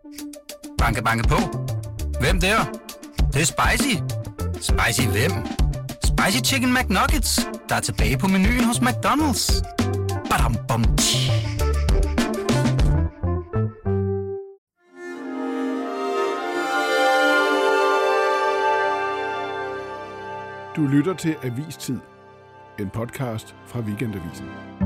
Banke, banke på. Hvem der? Det er spicy. Spicy hvem? Spicy Chicken McNuggets, der er tilbage på menuen hos McDonald's. Badum, bom, tji. Du lytter til Avistid, en podcast fra Weekendavisen.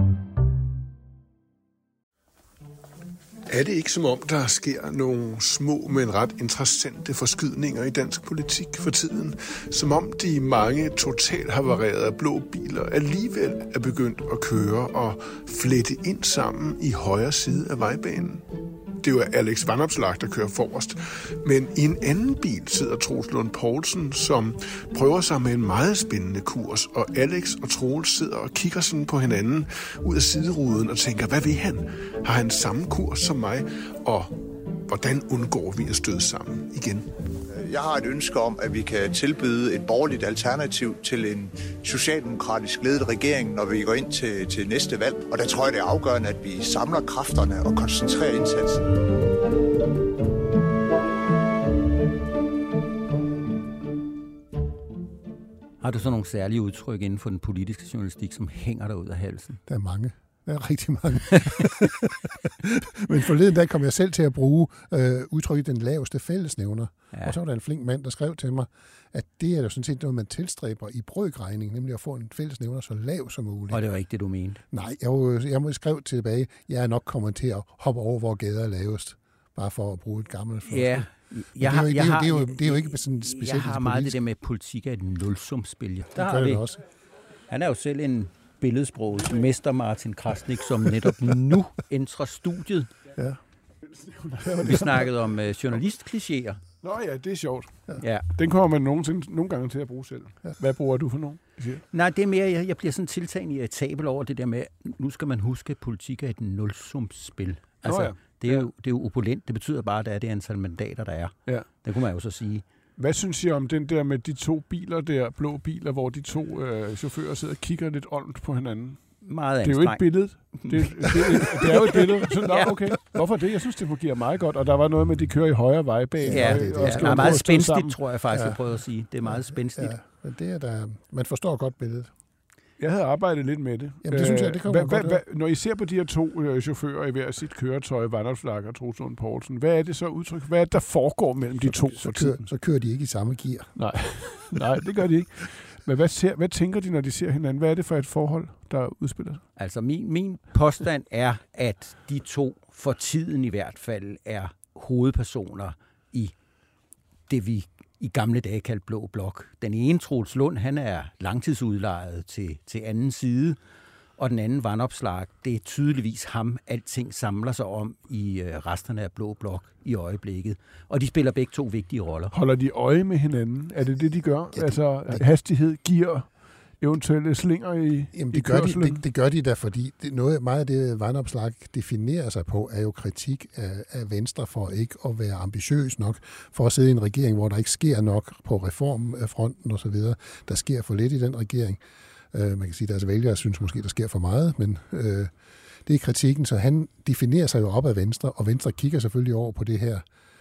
Er det ikke som om, der sker nogle små, men ret interessante forskydninger i dansk politik for tiden? Som om de mange totalhavarerede blå biler alligevel er begyndt at køre og flette ind sammen i højre side af vejbanen? Det er jo Alex Vanopslagh, der kører forrest. Men i en anden bil sidder Troels Lund Poulsen, som prøver sig med en meget spændende kurs. Og Alex og Troels sidder og kigger sådan på hinanden ud af sideruden og tænker, hvad vil han? Har han samme kurs som mig? Og hvordan undgår vi at støde sammen igen? Jeg har et ønske om, at vi kan tilbyde et borgerligt alternativ til en socialdemokratisk ledet regering, når vi går ind til næste valg. Og der tror jeg, det er afgørende, at vi samler kræfterne og koncentrerer indsatsen. Har du så nogle særlige udtryk inden for den politiske journalistik, som hænger dig ud af halsen? Der er mange. Der er rigtig mange. Men forleden dag kom jeg selv til at bruge udtrykket den laveste fællesnævner. Ja. Og så var der en flink mand, der skrev til mig, at det er jo sådan set noget, man tilstræber i brøkregning, nemlig at få en fællesnævner så lav som muligt. Og det var ikke det, du mente? Nej, jeg må skrive tilbage, jeg er nok kommet til at hoppe over, hvor gader er lavest, bare for at bruge et gammelt forslag. Ja. Det er jo ikke sådan specielt. Jeg har meget det der med, at politik er et nulsumsspil. Det gør det også. Han er jo selv en billedsprogets mester, Martin Krasnik, som netop nu entrer studiet. Ja. Vi snakkede om journalistklichéer. Nå ja, det er sjovt. Ja. Den kommer man nogle gange til at bruge selv. Ja. Hvad bruger du for nogen? Nej, det er mere, jeg bliver sådan tiltagende irritabel over det der med, nu skal man huske, at politik er et nulsumsspil. Altså, ja. Det er jo opulent. Det betyder bare, at det er det antal mandater, der er. Ja. Det kunne man jo så sige. Hvad synes I om den der med de to biler der, blå biler, hvor de to chauffører sidder og kigger lidt olmt på hinanden? Meget det er jo et billede. Det er jo et billede. Så, okay. Hvorfor det? Jeg synes, det fungerer meget godt. Og der var noget med, at de kører i højre vejbane. Ja, det er meget spændstigt, tror jeg faktisk, jeg prøver at sige. Det er meget spændstigt. Ja, men det er der, man forstår godt billedet. Jeg havde arbejdet lidt med det. Jamen, det synes jeg, det kommer godt. Når I ser på de her to chauffører i hver sit køretøj, Vanopslagh og Troels Lund Poulsen, hvad er det så udtryk? Hvad er det, der foregår mellem de to for tiden? Så kører de ikke i samme gear. Nej, det gør de ikke. Men hvad tænker de, når de ser hinanden? Hvad er det for et forhold, der udspiller sig? Altså, min påstand er, at de to for tiden i hvert fald er hovedpersoner i det, vi i gamle dage kaldte Blå Blok. Den ene, Troels Lund, han er langtidsudlejet til anden side, og den anden, Vanopslagh, det er tydeligvis ham, alting samler sig om i resterne af Blå Blok i øjeblikket. Og de spiller begge to vigtige roller. Holder de øje med hinanden? Er det, de gør? Ja, hastighed, gear, eventuelle slinger i kørslen? Det gør de da, fordi meget af det, Vanopslagh definerer sig på, er jo kritik af Venstre for ikke at være ambitiøs nok, for at sidde i en regering, hvor der ikke sker nok på reformfronten osv. Der sker for lidt i den regering. Man kan sige, at deres vælgere synes måske, der sker for meget, men det er kritikken, så han definerer sig jo op af Venstre, og Venstre kigger selvfølgelig over på det her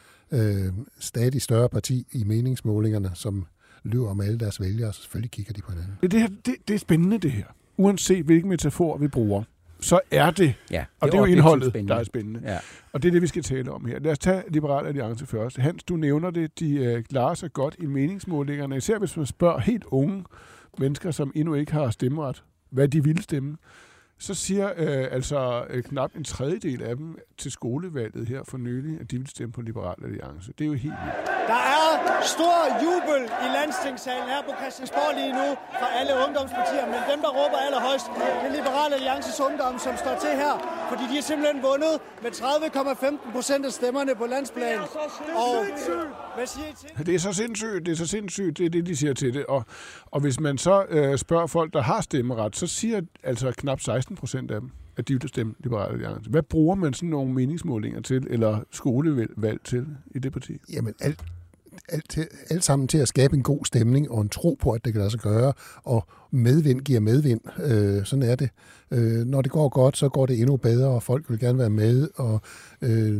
stadig større parti i meningsmålingerne, som løber med alle deres vælgere, så selvfølgelig kigger de på hinanden. Det er spændende, det her. Uanset hvilken metafor vi bruger, så er det, og det er jo indholdet, der er spændende. Ja. Og det er det, vi skal tale om her. Lad os tage Liberal Alliance først. Hans, du nævner det, de klarer sig godt i meningsmålingerne, især hvis man spørger helt unge mennesker, som endnu ikke har stemmeret, hvad de vil stemme. Så siger knap en tredjedel af dem til skolevalget her for nylig, at de vil stemme på Liberal Alliance. Det er jo helt vildt. Der er stor jubel i Landstingssalen her på Christiansborg lige nu fra alle ungdomspartier, men dem, der råber allerhøjst, det er Liberal Alliances ungdom, som står til her, fordi de har simpelthen vundet med 30,15% af stemmerne på landsplan. Og hvad siger I til? Det er så sindssygt, det er det, de siger til det. Og hvis man så spørger folk, der har stemmeret, så siger altså knap 16% af dem, at de vil stemme Liberal Alliance. Hvad bruger man sådan nogle meningsmålinger til, eller skolevalg til i det parti? Jamen alt sammen til at skabe en god stemning og en tro på, at det kan lade sig gøre, og medvind giver medvind. Sådan er det. Når det går godt, så går det endnu bedre, og folk vil gerne være med, og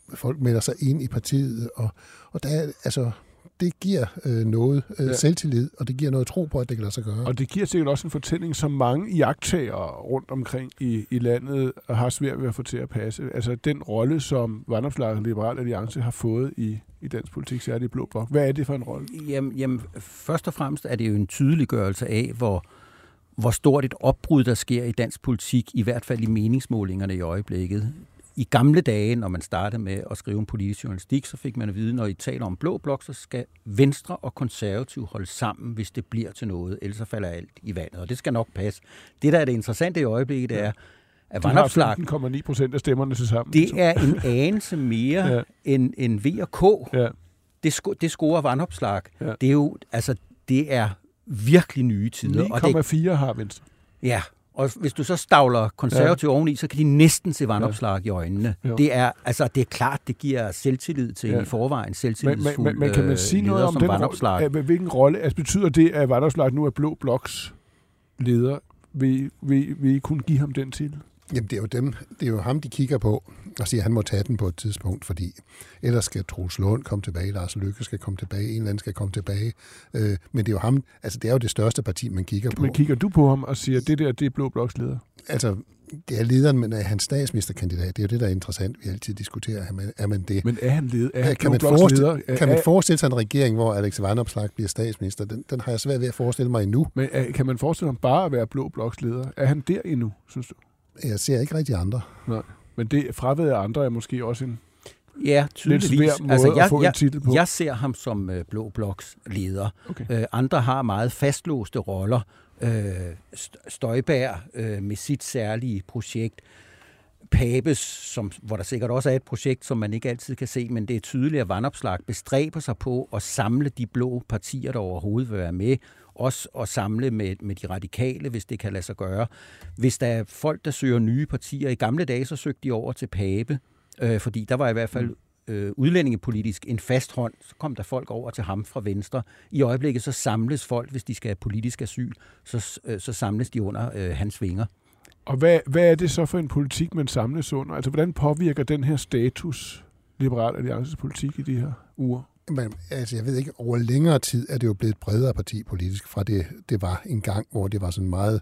folk melder sig ind i partiet, og der, altså, det giver noget selvtillid, og det giver noget tro på, at det kan lade sig gøre. Og det giver sikkert også en fortælling, som mange iagttagere rundt omkring i landet har svært ved at få til at passe. Altså den rolle, som Vanopslagh og Liberal Alliance har fået i dansk politik, særligt i Blå Blok. Hvad er det for en rolle? Jamen, først og fremmest er det jo en tydeliggørelse af, hvor stort et opbrud, der sker i dansk politik, i hvert fald i meningsmålingerne i øjeblikket. I gamle dage, når man startede med at skrive en politisk journalistik, så fik man at vide, når I taler om Blå Blok, så skal Venstre og Konservative holde sammen, hvis det bliver til noget, ellers så falder alt i vandet, og det skal nok passe. Det, der er det interessante i øjeblikket, det er, at Vanopslagh... 15,9% af stemmerne til sammen. Det er en anelse mere end V og K. Ja. Det scorer Vanopslagh. Ja. Det er jo, altså, det er virkelig nye tider. 9,4 har Venstre. Ja, og hvis du så stavler konservative oveni, så kan de næsten se Vanopslagh i øjnene. Det er klart, det giver selvtillid til en i forvejen selvtillidsfuld men kan man sige noget om den Vanopslagh? Hvilken rolle? Altså betyder det, at Vanopslagh nu er Blå Bloks leder? Vil I kunne give ham den titel? Jamen, det er jo ham, de kigger på og siger, at han må tage den på et tidspunkt, fordi ellers skal Troels Lund komme tilbage, Lars Løkke skal komme tilbage, en eller anden skal komme tilbage. Men det er jo ham, altså det er jo det største parti, man kigger på. Men kigger du på ham og siger, at det er Blå Bloks leder? Altså, det er lederen, men er han statsministerkandidat? Det er jo det, der er interessant, vi altid diskuterer. Er man det? Men er han leder? Kan man forestille sig en regering, hvor Alex Vanopslagh bliver statsminister? Den har jeg svært ved at forestille mig endnu. Men kan man forestille ham bare at være Blå Bloks leder? Er han der endnu, synes du? Jeg ser ikke rigtig andre. Nej, men det fraværet af andre er måske også en tydeligvis. Lidt svær måde at få en titel på. Jeg ser ham som Blå Bloks leder. Okay. Andre har meget fastlåste roller. Støjberg med sit særlige projekt. Papes, hvor der sikkert også er et projekt, som man ikke altid kan se, men det er tydeligt, at Vanopslagh bestræber sig på at samle de blå partier, der overhovedet vil være med, også at samle med de radikale, hvis det kan lade sig gøre. Hvis der er folk, der søger nye partier, i gamle dage, så søgte de over til Pape, fordi der var i hvert fald udlændingepolitisk en fast hånd, så kom der folk over til ham fra Venstre. I øjeblikket så samles folk, hvis de skal have politisk asyl, så samles de under hans vinger. Og hvad er det så for en politik, man samles under? Altså, hvordan påvirker den her status Liberal Alliances politik i de her uger? Men, altså, jeg ved ikke, over længere tid er det jo blevet et bredere parti politisk, fra det var en gang, hvor det var sådan meget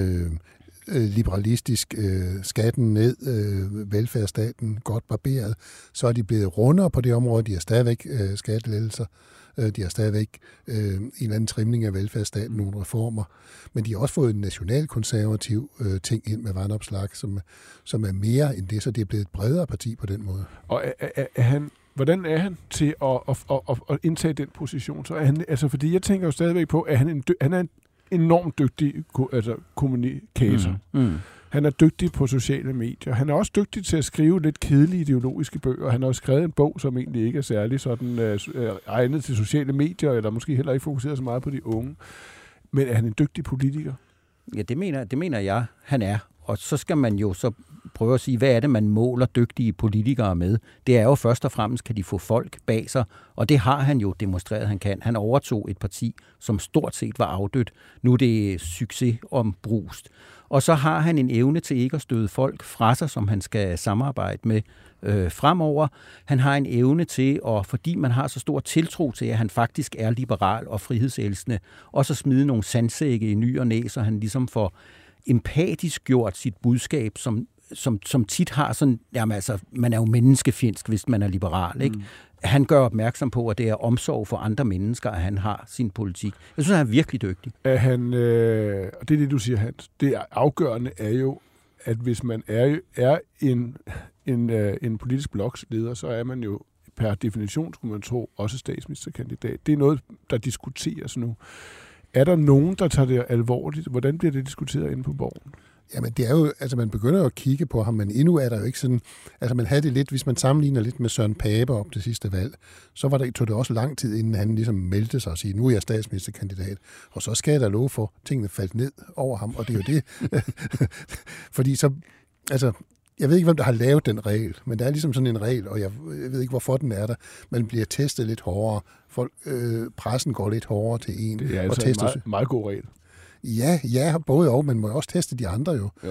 liberalistisk, skatten ned, velfærdsstaten godt barberet. Så er de blevet rundere på det område, de har stadigvæk skattelettelser. De har stadigvæk en eller anden trimning af velfærdsstaten, nogle reformer. Men de har også fået en nationalkonservativ ting ind med Vanopslagh, som er mere end det, så det er blevet et bredere parti på den måde. Og hvordan er han til at indtage den position? Så er han, altså, fordi jeg tænker jo stadigvæk på, at han er en enormt dygtig kommunikator. Han er dygtig på sociale medier. Han er også dygtig til at skrive lidt kedelige ideologiske bøger. Han har også skrevet en bog, som egentlig ikke er særlig sådan egnet til sociale medier, eller måske heller ikke fokuseret så meget på de unge. Men er han en dygtig politiker? Ja, det mener jeg, han er. Og så skal man jo så prøve at sige, hvad er det, man måler dygtige politikere med? Det er jo først og fremmest, kan de få folk bag sig, og det har han jo demonstreret, han kan. Han overtog et parti, som stort set var afdødt. Nu er det succesombrust. Og så har han en evne til ikke at støde folk fra sig, som han skal samarbejde med fremover. Han har en evne til, og fordi man har så stor tiltro til, at han faktisk er liberal og frihedselskende, og så smide nogle sandsække i ny og næ, så han ligesom får empatisk gjort sit budskab, som tit har sådan, jamen altså, man er jo menneskefjendsk, hvis man er liberal, ikke? Han gør opmærksom på, at det er omsorg for andre mennesker, at han har sin politik. Jeg synes, han er virkelig dygtig. Og det er det, du siger, Hans. Det afgørende er jo, at hvis man er en politisk bloksleder, så er man jo per definition, skulle man tro, også statsministerkandidat. Det er noget, der diskuteres nu. Er der nogen, der tager det alvorligt? Hvordan bliver det diskuteret inde på Borgen? Jamen, det er jo, altså man begynder jo at kigge på ham, men endnu er der jo ikke sådan, altså man havde det lidt, hvis man sammenligner lidt med Søren Pape op til sidste valg, så tog det også lang tid, inden han ligesom meldte sig og sige, nu er jeg statsministerkandidat, og så skal jeg da love for, tingene faldt ned over ham, og det er jo det. Fordi så, altså, jeg ved ikke, hvem der har lavet den regel, men der er ligesom sådan en regel, og jeg ved ikke, hvorfor den er der. Man bliver testet lidt hårdere. Pressen går lidt hårdere til en. Det er altså en meget god regel. Ja, både og, man må også teste de andre jo.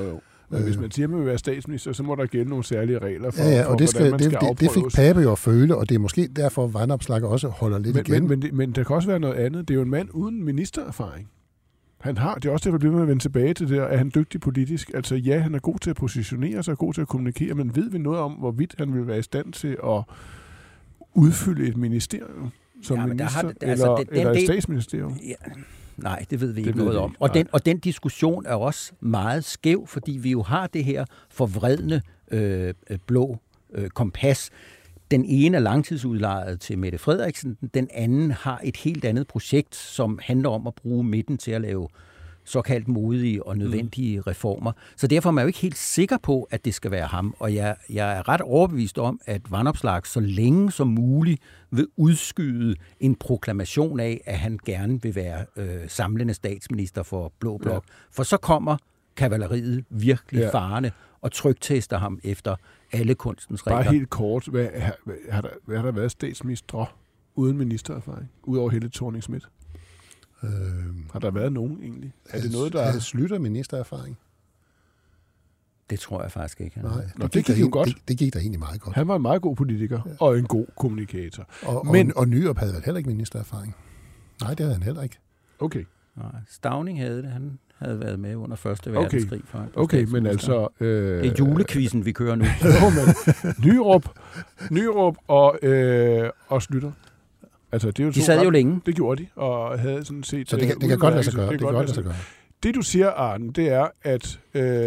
Men hvis man siger, at man vil være statsminister, så må der gælde nogle særlige regler for, og for hvordan man skal afprøves. Det fik Pape jo at føle, og det er måske derfor, Vandopslagh også holder lidt igen. Men der kan også være noget andet. Det er jo en mand uden ministererfaring. Det er også derfor, at vende tilbage til det, er han dygtig politisk. Altså ja, han er god til at positionere sig, god til at kommunikere, men ved vi noget om, hvorvidt han vil være i stand til at udfylde et ministerium som minister, eller et statsministerium? Ja, nej, det ved vi ikke noget om. Og den diskussion er også meget skæv, fordi vi jo har det her forvredne blå kompas. Den ene er langtidsudlejet til Mette Frederiksen, den anden har et helt andet projekt, som handler om at bruge midten til at lave såkaldt modige og nødvendige reformer. Så derfor er man jo ikke helt sikker på, at det skal være ham. Og jeg er ret overbevist om, at Vandopslagh så længe som muligt vil udskyde en proklamation af, at han gerne vil være samlende statsminister for Blå Blok. Ja. For så kommer kavaleriet virkelig farende og trygtester ham efter alle kunstens regler. Bare helt kort, hvad har der været statsministre uden ministererfaring, udover Helle Thorning-Schmidt? Har der været nogen egentlig? Er det noget, der er Schlüter ministererfaring? Det tror jeg faktisk ikke. Nej, det gik jo godt. Det gik da egentlig meget godt. Han var en meget god politiker og en god kommunikator. Og Nyrup havde vel heller ikke ministererfaring? Nej, det havde han heller ikke. Okay. Nej, Stauning havde det. Han havde været med under Første Verdenskrig. Okay, men altså... det er julekvisten, vi kører nu. Nyrup og Schlüter. Altså, det er jo de sad jo længe. Det gjorde de, og havde sådan set... Så det kan godt lade sig gøre. Det du siger, Arne, det er, at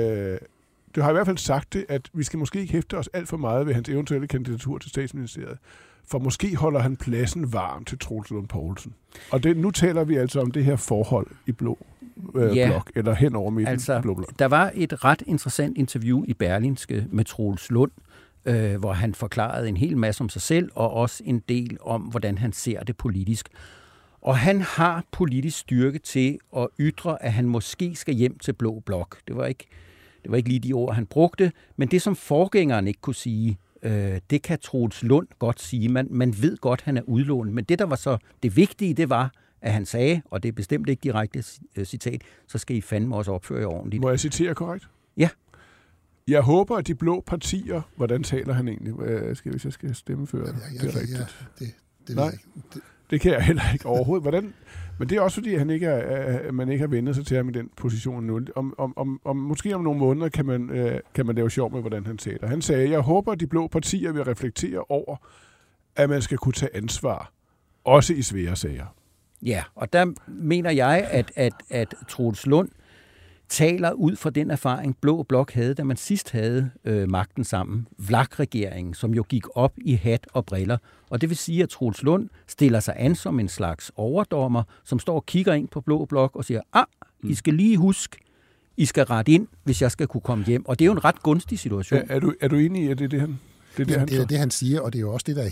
du har i hvert fald sagt det, at vi skal måske ikke hæfte os alt for meget ved hans eventuelle kandidatur til statsministeriet, for måske holder han pladsen varm til Troels Lund Poulsen. Og nu taler vi altså om det her forhold i Blå Blok, eller hen over midten altså, Blå Blok. Der var et ret interessant interview i Berlingske med Troels Lund, hvor han forklarede en hel masse om sig selv, og også en del om, hvordan han ser det politisk. Og han har politisk styrke til at ytre, at han måske skal hjem til Blå Blok. Det var ikke lige de ord, han brugte, men det, som forgængeren ikke kunne sige, det kan Troels Lund godt sige. Man ved godt, at han er udlånt, men det, der var så det vigtige, det var, at han sagde, og det er bestemt ikke direkte citat, så skal I fandme også opføre jer ordentligt. Må jeg citere korrekt? Ja. Jeg håber, at de blå partier... Hvordan taler han egentlig? Hvis jeg skal stemme før det er rigtigt? Det ved jeg ikke. Det kan jeg heller ikke overhovedet. Hvordan? Men det er også fordi, man ikke har vendt sig til ham i den position nu. Måske om nogle måneder kan man lave sjov med, hvordan han taler. Han sagde, jeg håber, at de blå partier vil reflektere over, at man skal kunne tage ansvar, også i svære sager. Ja, og der mener jeg, at Troels Lund taler ud fra den erfaring, Blå Blok havde, da man sidst havde magten sammen. Vlak-regeringen, som jo gik op i hat og briller. Og det vil sige, at Troels Lund stiller sig an som en slags overdommer, som står og kigger ind på Blå Blok og siger, I skal lige huske, I skal rette ind, hvis jeg skal kunne komme hjem. Og det er jo en ret gunstig situation. Er du enig i, at det er det, han... Det er det, han siger, og det er jo også det, der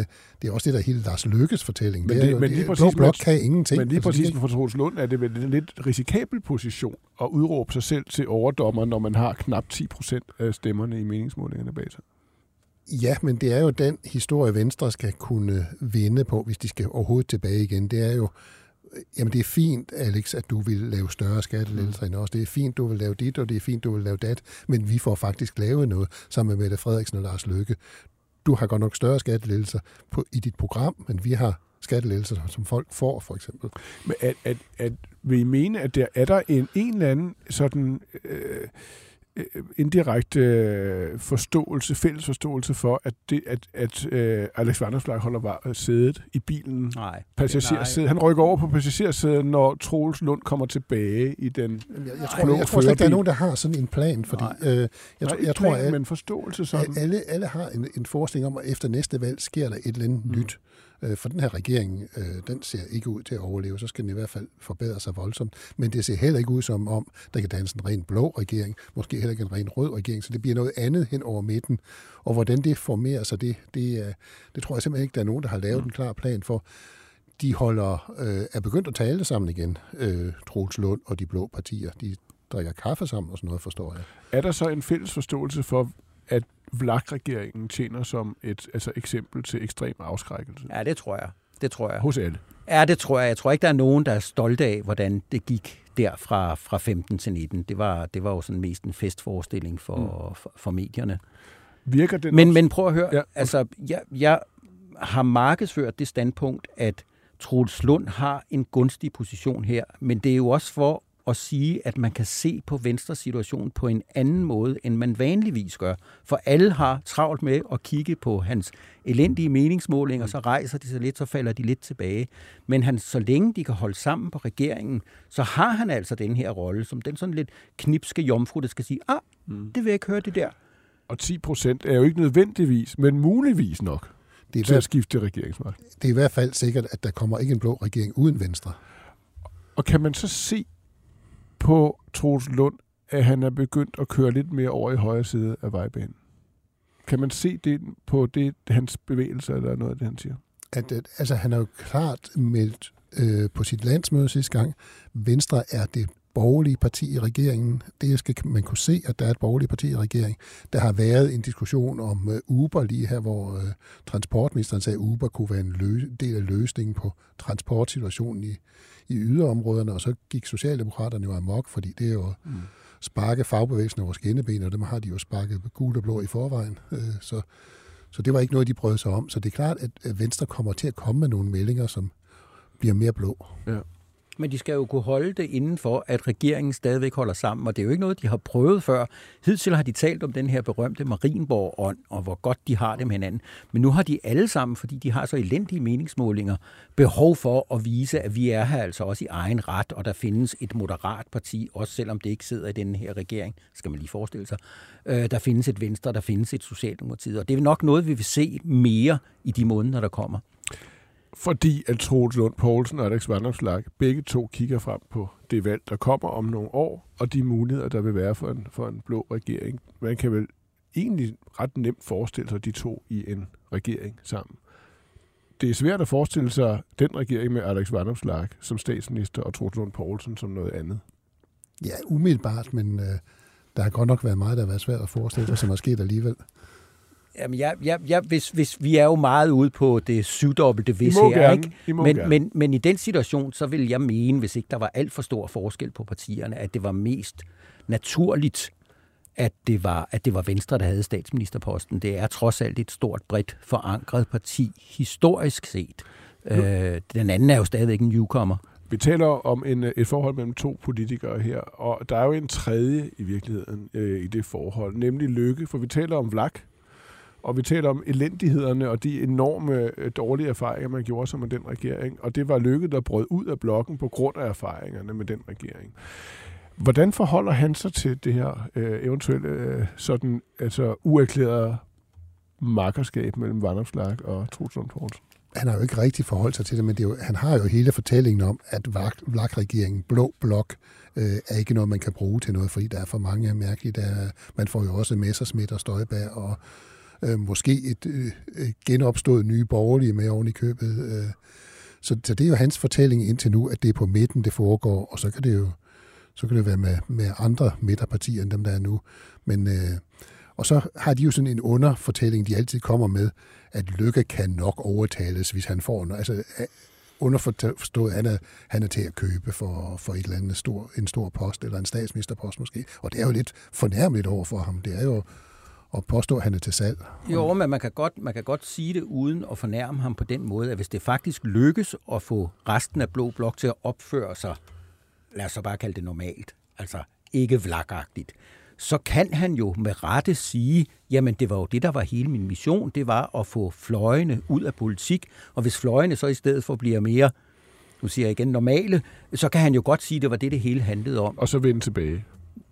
er hele Lars Løkkes fortælling. Blå Blok kan ingenting. Men lige præcis for Troels Lund er det vel en lidt risikabel position at udråbe sig selv til overdommer, når man har knap 10% af stemmerne i meningsmålingerne bag sig. Ja, men det er jo den historie, Venstre skal kunne vinde på, hvis de skal overhovedet tilbage igen. Det er jo, jamen det er fint, Alex, at du vil lave større skattelettelser end os. Det er fint, du vil lave dit, og det er fint, du vil lave dat. Men vi får faktisk lavet noget sammen med Mette Frederiksen og Lars Løkke. Du har godt nok større skattelettelser i dit program, men vi har skattelettelser, som folk får, for eksempel. Men vil I mene, at der er der en eller anden sådan... indirekte fælles forståelse for, at Alex Vanopslagh holder sædet i bilen. Nej. Han rykker over på passagersædet, når Troels Lund kommer tilbage i den jeg tror ikke, der er nogen, der har sådan en plan, fordi jeg tror, at men forståelse sådan. Alle har en forestilling om, at efter næste valg sker der et eller andet nyt. For den her regering, den ser ikke ud til at overleve, så skal den i hvert fald forbedre sig voldsomt. Men det ser heller ikke ud som om, der kan danse en ren blå regering, måske heller ikke en ren rød regering, så det bliver noget andet hen over midten. Og hvordan det formerer sig, det tror jeg simpelthen ikke, der er nogen, der har lavet en klar plan for. De er begyndt at tale sammen igen, Troels Lund og de blå partier. De drikker kaffe sammen og sådan noget, forstår jeg. Er der så en fælles forståelse for, at Vlak-regeringen tjener som et eksempel til ekstrem afskrækkelse? Ja, det tror jeg. Hos alle? Ja, det tror jeg. Jeg tror ikke, der er nogen, der er stolte af, hvordan det gik der fra 15 til 19. Det var jo sådan mest en festforestilling for medierne. Virker det men prøv at høre, ja. Altså, jeg har markedsført det standpunkt, at Troels Lund har en gunstig position her, men det er jo også for at sige, at man kan se på Venstres situation på en anden måde, end man vanligvis gør. For alle har travlt med at kigge på hans elendige meningsmålinger, så rejser de sig lidt, så falder de lidt tilbage. Men så længe de kan holde sammen på regeringen, så har han altså den her rolle, som den sådan lidt knipske jomfru, der skal sige, det vil jeg ikke høre det der. Og 10% er jo ikke nødvendigvis, men muligvis nok til at skifte regeringsmagt. Det er i hvert fald sikkert, at der kommer ikke en blå regering uden Venstre. Og kan man så se på Troels Lund, at han er begyndt at køre lidt mere over i højre side af vejbanen? Kan man se det på hans bevægelser, eller noget af det, han siger? Altså, han har jo klart meldt på sit landsmøde sidste gang, Venstre er det borgerlige parti i regeringen. Det skal man kunne se, at der er et borgerligt parti i regeringen. Der har været en diskussion om Uber lige her, hvor transportministeren sagde, at Uber kunne være en del af løsningen på transportsituationen i yderområderne, og så gik Socialdemokraterne jo amok, fordi det er jo sparke fagbevægelsen over skinneben, og dem har de jo sparket gul og blå i forvejen. Så det var ikke noget, de brød sig om. Så det er klart, at Venstre kommer til at komme med nogle meldinger, som bliver mere blå. Ja. Men de skal jo kunne holde det inden for, at regeringen stadigvæk holder sammen, og det er jo ikke noget, de har prøvet før. Hidtil har de talt om den her berømte Marienborg-ånd, og hvor godt de har det med hinanden. Men nu har de alle sammen, fordi de har så elendige meningsmålinger, behov for at vise, at vi er her altså også i egen ret, og der findes et moderat parti, også selvom det ikke sidder i den her regering, skal man lige forestille sig. Der findes et Venstre, der findes et Socialdemokrati, og det er nok noget, vi vil se mere i de måneder, der kommer. Fordi at Troels Lund Poulsen og Alex Vanopslagh begge to kigger frem på det valg, der kommer om nogle år, og de muligheder, der vil være for en blå regering. Man kan vel egentlig ret nemt forestille sig de to i en regering sammen. Det er svært at forestille sig den regering med Alex Vanopslagh som statsminister og Troels Lund Poulsen som noget andet. Ja, umiddelbart, men der har godt nok været meget, der har været svært at forestille sig, som er sket alligevel. Jamen, hvis vi er jo meget ude på det syvdobbelte hvis her, ikke? Men i den situation, så vil jeg mene, hvis ikke der var alt for stor forskel på partierne, at det var mest naturligt, at det var Venstre, der havde statsministerposten. Det er trods alt et stort, bredt forankret parti, historisk set. Den anden er jo stadigvæk en newcomer. Vi taler om et forhold mellem to politikere her, og der er jo en tredje i virkeligheden i det forhold, nemlig Løkke, for vi taler om Vlak. Og vi taler om elendighederne og de enorme dårlige erfaringer, man gjorde sig med den regering. Og det var Løkke, der brød ud af blokken på grund af erfaringerne med den regering. Hvordan forholder han sig til det her eventuelle sådan, altså uerklærede makkerskab mellem Vanopslagh og Troels Lund Poulsen? Han har jo ikke rigtig forholdt sig til det, men han har jo hele fortællingen om, at Vlak-regeringen, blå blok, er ikke noget, man kan bruge til noget, fordi der er for mange mærkelige. Man får jo også Messerschmidt og Støjberg og måske et genopstået nye borgerlige med oven i købet. Så det er jo hans fortælling indtil nu, at det er på midten, det foregår, og så kan det jo være med andre midterpartier end dem, der er nu. Men, og så har de jo sådan en underfortælling, de altid kommer med, at Løkke kan nok overtales, hvis han får noget. Altså underforstået, han er til at købe for et eller andet en stor post, eller en statsministerpost måske. Og det er jo lidt fornærmeligt over for ham. Det er jo og påstå, at han er til salg. Jo, men man kan godt sige det uden at fornærme ham på den måde, at hvis det faktisk lykkes at få resten af Blå Blok til at opføre sig, lad os så bare kalde det normalt, altså ikke vlakagtigt, så kan han jo med rette sige, jamen det var jo det, der var hele min mission, det var at få fløjene ud af politik, og hvis fløjene så i stedet for bliver mere, nu siger jeg igen, normale, så kan han jo godt sige, at det var det hele handlede om. Og så vende tilbage.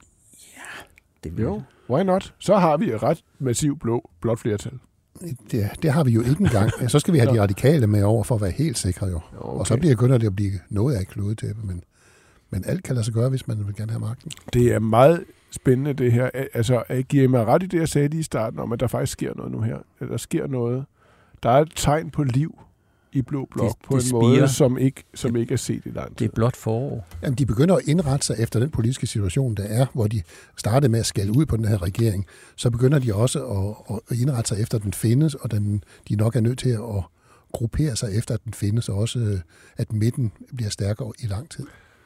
Ja, det vil jo. Why not? Så har vi et ret massivt blåt flertal. Det har vi jo ikke engang. Så skal vi have de radikale med over for at være helt sikre jo. Okay. Og så begynder det at blive noget af et kludetæppe, men alt kan lade sig gøre, hvis man vil gerne have magten. Det er meget spændende det her. Altså, jeg giver mig ret i det, jeg sagde lige i starten, om at der faktisk sker noget nu her. Der sker noget. Der er et tegn på liv i Blå Blok på en måde, som ikke er set i lang tid. Det er blot forår. Jamen, de begynder at indrette sig efter den politiske situation, der er, hvor de startede med at skælde ud på den her regering. Så begynder de også at indrette sig efter, at den findes, og de nok er nødt til at gruppere sig efter, at den findes, og også at midten bliver stærkere i lang tid.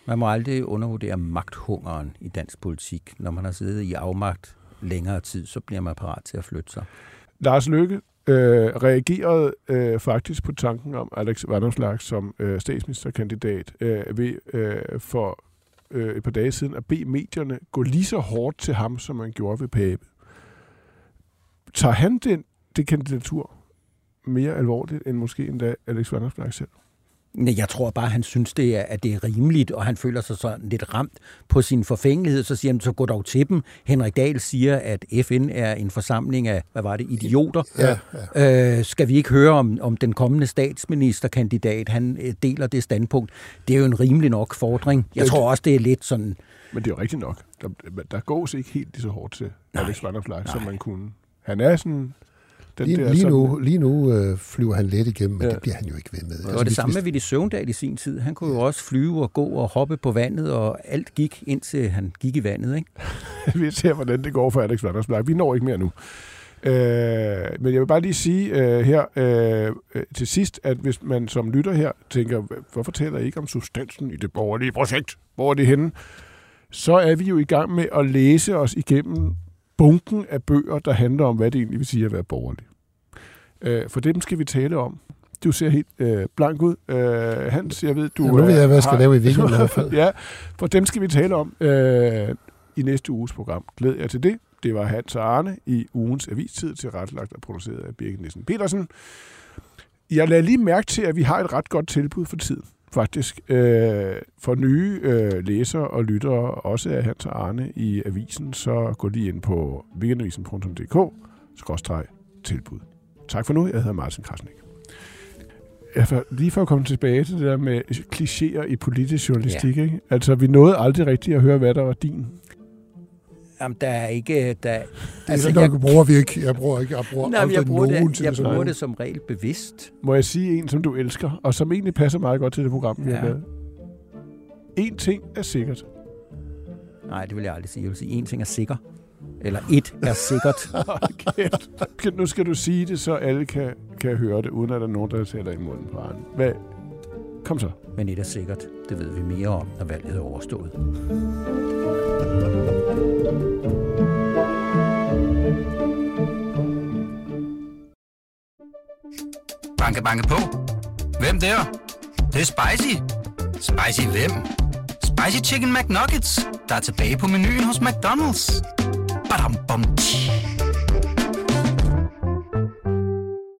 Man må aldrig undervurdere magthungeren i dansk politik. Når man har siddet i afmagt længere tid, så bliver man parat til at flytte sig. Lars Løkke reagerede faktisk på tanken om Alex Vanopslagh som statsministerkandidat ved for et par dage siden at bede medierne gå lige så hårdt til ham, som man gjorde ved Pape. Tager han det kandidatur mere alvorligt end måske endda Alex Vanopslagh selv? Nej, jeg tror bare, han synes, at det er rimeligt, og han føler sig sådan lidt ramt på sin forfængelighed. Så siger han, så gå dog til dem. Henrik Dahl siger, at FN er en forsamling af, idioter. Ja. Skal vi ikke høre om den kommende statsministerkandidat? Han deler det standpunkt. Det er jo en rimelig nok fordring. Jeg tror også, det er lidt sådan... Men det er jo rigtigt nok. Der gås ikke helt lige så hårdt til Alex Vanopslagh, som man kunne. Han er sådan... Lige nu flyver han let igennem, men det bliver han jo ikke ved med. Det var det samme med Villy Søvndal i sin tid. Han kunne jo også flyve og gå og hoppe på vandet, og alt gik, indtil han gik i vandet, ikke? Vi ser, hvordan det går for Alex Vanopslagh. Vi når ikke mere nu. Men jeg vil bare lige sige her til sidst, at hvis man som lytter her tænker, hvorfor taler I ikke om substansen i det borgerlige projekt? Hvor er det henne? Så er vi jo i gang med at læse os igennem bunken af bøger, der handler om, hvad det egentlig vil sige at være borgerlig. For dem skal vi tale om. Du ser helt blank ud. Hans, jeg ved, du... Ja, nu ved jeg, hvad jeg skal lave i weekenden i hvert fald. Ja, for dem skal vi tale om i næste uges program. Glæd jer til det. Det var Hans og Arne i ugens avistid, tilrettelagt og produceret af Birgit Nielsen Petersen. Jeg lader lige mærke til, at vi har et ret godt tilbud for tiden. Faktisk for nye læsere og lyttere, også af Hans og Arne i avisen, så gå lige ind på weekendavisen.dk/tilbud. Tak for nu. Jeg hedder Martin Krasnik. Lige for at komme tilbage til det der med klichéer i politisk journalistik, ikke? Altså, vi nåede aldrig rigtigt at høre, hvad der var din. Jamen, der er ikke... Altså, jeg bruger vi ikke. Jeg bruger det som regel bevidst. Må jeg sige en, som du elsker, og som egentlig passer meget godt til det program, vi har lavet? En ting er sikkert. Nej, det vil jeg aldrig sige. Jeg vil sige, en ting er sikker. Eller et er sikkert. Okay. Nu skal du sige det, så alle kan høre det, uden at der er nogen, der taler i munden på Arne. Hvad? Kom så. Men et er sikkert. Det ved vi mere om, når valget er overstået. Banke, banke på. Hvem der? Det er spicy. Spicy hvem? Spicy Chicken McNuggets, der er tilbage på menuen hos McDonald's. Badum, bom, tji.